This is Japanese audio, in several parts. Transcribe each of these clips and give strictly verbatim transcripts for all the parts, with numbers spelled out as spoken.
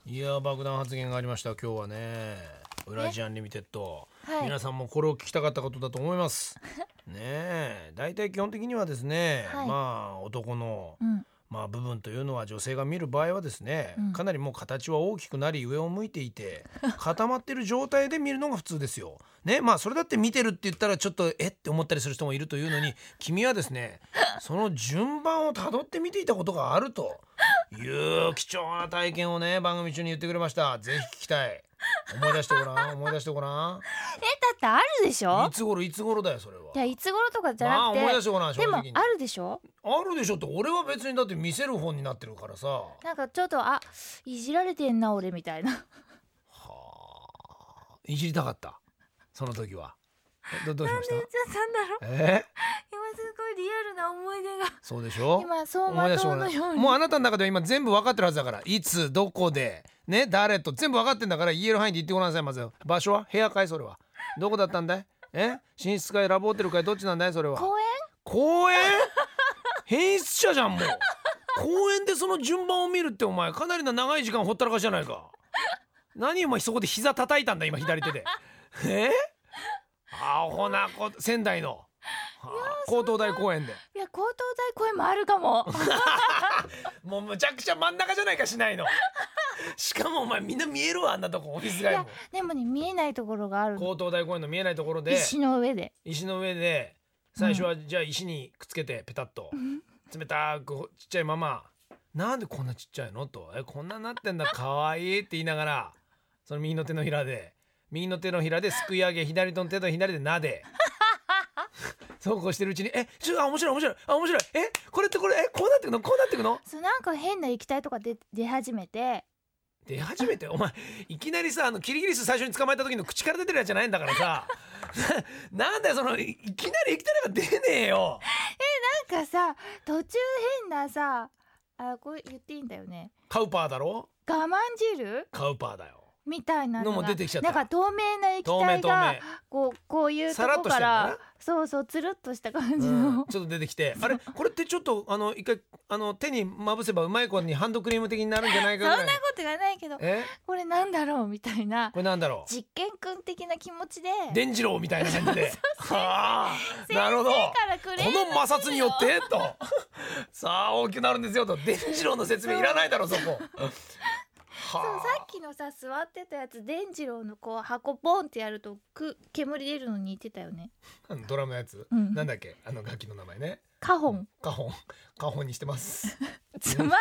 いや爆弾発言がありました今日はね。ウラジアンリミテッド、 はい、 皆さんもこれを聞きたかったことだと思いますねえ。大体基本的にはですね、 はい、 まあ男の、 うんまあ、部分というのは女性が見る場合はですね、うん、かなりもう形は大きくなり上を向いていて固まってる状態で見るのが普通ですよね。まあそれだって見てるって言ったらちょっとえって思ったりする人もいるというのに、君はですねその順番をたどって見ていたことがあるという貴重な体験をね番組中に言ってくれました。ぜひ聞きたい。思い出してごらん思い出してごらん。 えだってあるでしょ。 いつ頃いつ頃だよそれは。 いやいつ頃とかじゃなくて、 まあ、思い出してごらん。 でもあるでしょ。 あるでしょって俺は別にだって見せる本になってるからさ。 なんかちょっとあいじられてんな俺みたいな。 はあいじりたかったその時は。 ど, どうしました。 なんで言っちゃったんだろう。 え今すごいリアルな思い出が。 そうでしょ。 今走馬灯のようにもうあなたの中では今全部分かってるはずだから、いつどこでね誰と全部分かってんだから、言える範囲で言ってごらんなさい。まず場所は部屋かい、それはどこだったんだい。え寝室かいラブホテルかい、どっちなんだいそれは。 公園公園変質者じゃんもう公園でその順番を見るってお前かなりな長い時間ほったらかしじゃないか。何お前そこで膝叩いたんだ今左手で。えアホなこ仙台の高等大公園で。 いや高等大公園もあるかももうむちゃくちゃ真ん中じゃないかしないの。しかもお前みんな見えるわあんなとこオフィス街も。 でもね見えないところがある。 高等大公園の見えないところで石の上で石の上で最初はじゃあ石にくっつけてペタッと、うん、冷たくちっちゃいまま、なんでこんなちっちゃいのと、えこんななってんだかわいいって言いながら、その右の手のひらで右の手のひらですくい上げ、左の手のひらで撫でそうこうしてるうちにえちょあ面白い面白いあ面白いえこれってこれえこうなってくのこうなってくの。 そうなんか変な液体とか出出始めて出始めてお前いきなりさあのキリギリス最初に捕まえた時の口から出てるやつじゃないんだからさな, なんだよそのいきなり液体なんか出ねえよ。 えなんかさ途中変なさあこれ言っていいんだよね。 カウパーだろ。 我慢汁カウパーだよみたいなのがのも出てきちゃった。 なんか透明な液体がこうこういうとこからそうそうつるっとした感じの、 うん、ちょっと出てきてあれこれってちょっとあの一回あの手にまぶせばうまい子にハンドクリーム的になるんじゃないかぐらい。 そんなこと言わないけどこれなんだろうみたいな、 これなんだろう実験くん的な気持ちで伝次郎みたいな感じではあなるほどこの摩擦によってとさあ大きくなるんですよと伝次郎の説明いらないだろそこそうさっきのさ座ってたやつ伝次郎のこう箱ポンってやるとく煙出るのに似てたよね。 ドラムのやつ、うん、なんだっけあの楽器の名前ね。 カホンカホンカホンにしてますつまんない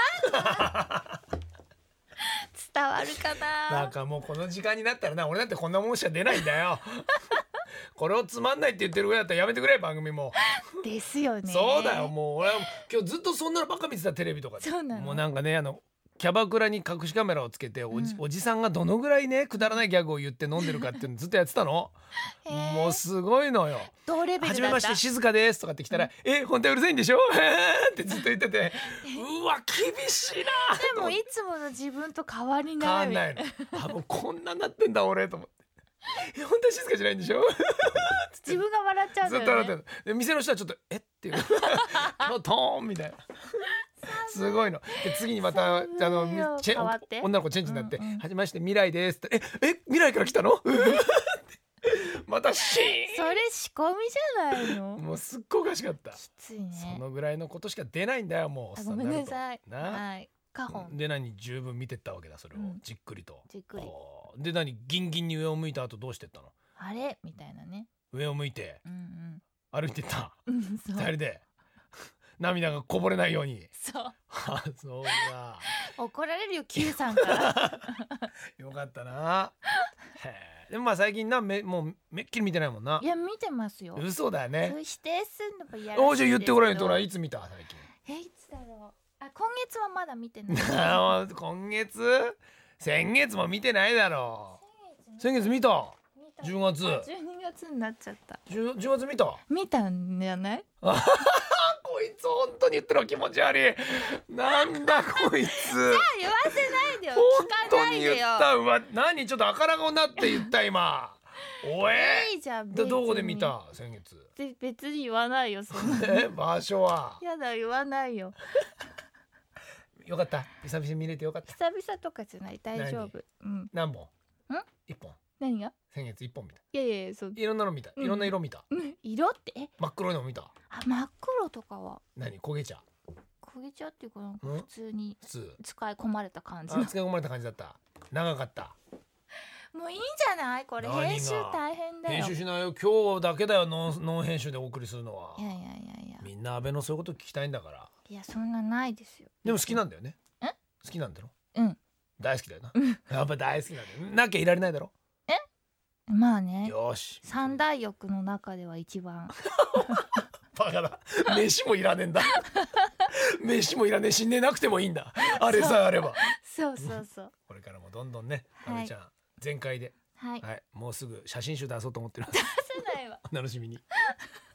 伝わるかな。 なんかもうこの時間になったらな俺だってこんなもんしか出ないんだよこれをつまんないって言ってるぐらいだったらやめてくれ番組もですよね。 そうだよもう俺は今日ずっとそんなのばっか見てたテレビとかで。 そうなの。 もうなんかねあのキャバクラに隠しカメラをつけてお じ,、うん、おじさんがどのぐらいねくだらないギャグを言って飲んでるかっていうのずっとやってたのもうすごいのよ。 同レベルだった。 はじめまして静かですとかって来たら、うん、え本当はうるさいんでしょってずっと言っててうわ厳しいな。 でもいつもの自分と変わりない。 変わんないのあもうこんななってんだ俺と思ってえ本当は静かじゃないんでしょ自分が笑っちゃうんだよね。ずっと笑ってる。で店の人はちょっとえっていうトーンみたいなすごいので次にまたあのチェ女の子チェンジになって、うんうん、はじめまして未来ですってええ未来から来たのまたシーン。 それ仕込みじゃないの。 もうすっごいおかしかった。 きついね。 そのぐらいのことしか出ないんだよもう。 ごめんなさいな、 はい、カホンで何十分見てったわけだそれを、うん、じっくりとじっくりで何ギンギンに上を向いた後どうしてったの。 あれみたいなね。 上を向いて、うんうん、歩いてった、 うん、そうふたりで涙がこぼれないように。 そうあそうか怒られるよ Q さんからよかったな。へでもまあ最近なめもうめっきり見てないもんな。 いや見てますよ。 嘘だよね。 否定すんのもやらしいですけど。 おじゃ言ってごらん言ってごらんいつ見た最近。 えいつだろう。あ今月はまだ見てない今月先月も見てないだろう。先月見たじゅうがつ。 じゅうにがつになっちゃった。 10, 10月見た見たんじゃない。 こいつ本当に言ってるの気持ち悪い。なんだこいつ。じゃあ言わせないでよ。 本当に言ったうわ。何ちょっとあから顔になって言った今おえいいじゃん。 どこで見た先月。 で別に言わないよそんなえ場所はやだ言わないよよかった。久々に見れてよかった。 久々とかじゃない、大丈夫。うん。 何本？ ん？ 一本。 何が？ 先月一本見た。 いやいやいや、そう。 いろんなの見た。いろんな色見た。 うん、色ってえ？ 真っ黒いの見た。 あ、真っ黒とかは。 何？焦げ茶。 焦げ茶っていうかなんか普通に普通使い込まれた感じ。 あ、使い込まれた感じだった。長かった。 もういいんじゃない？これ編集大変だよ。 編集しないよ。今日だけだよ。ノンノン編集でお送りするのは。 いやいやいやいや。 みんな安倍のそういうこと聞きたいんだから。 いやそんなないですよ。 でも好きなんだよね。 え？ 好きなんだろ？ うん。 大好きだよな。やっぱ大好きなんだよ。なきゃいられないだろ。 え？まあね。 よし。 三大欲の中では一番。 バカだ。飯もいらねえんだ。飯もいらねえし、寝なくてもいいんだ。あれさえあれば。 そうそうそう。 これからもどんどんね、 はい、 安倍ちゃん全開で、 はい、 はい、もうすぐ写真集出そうと思ってる。 出せないわ。 楽しみに。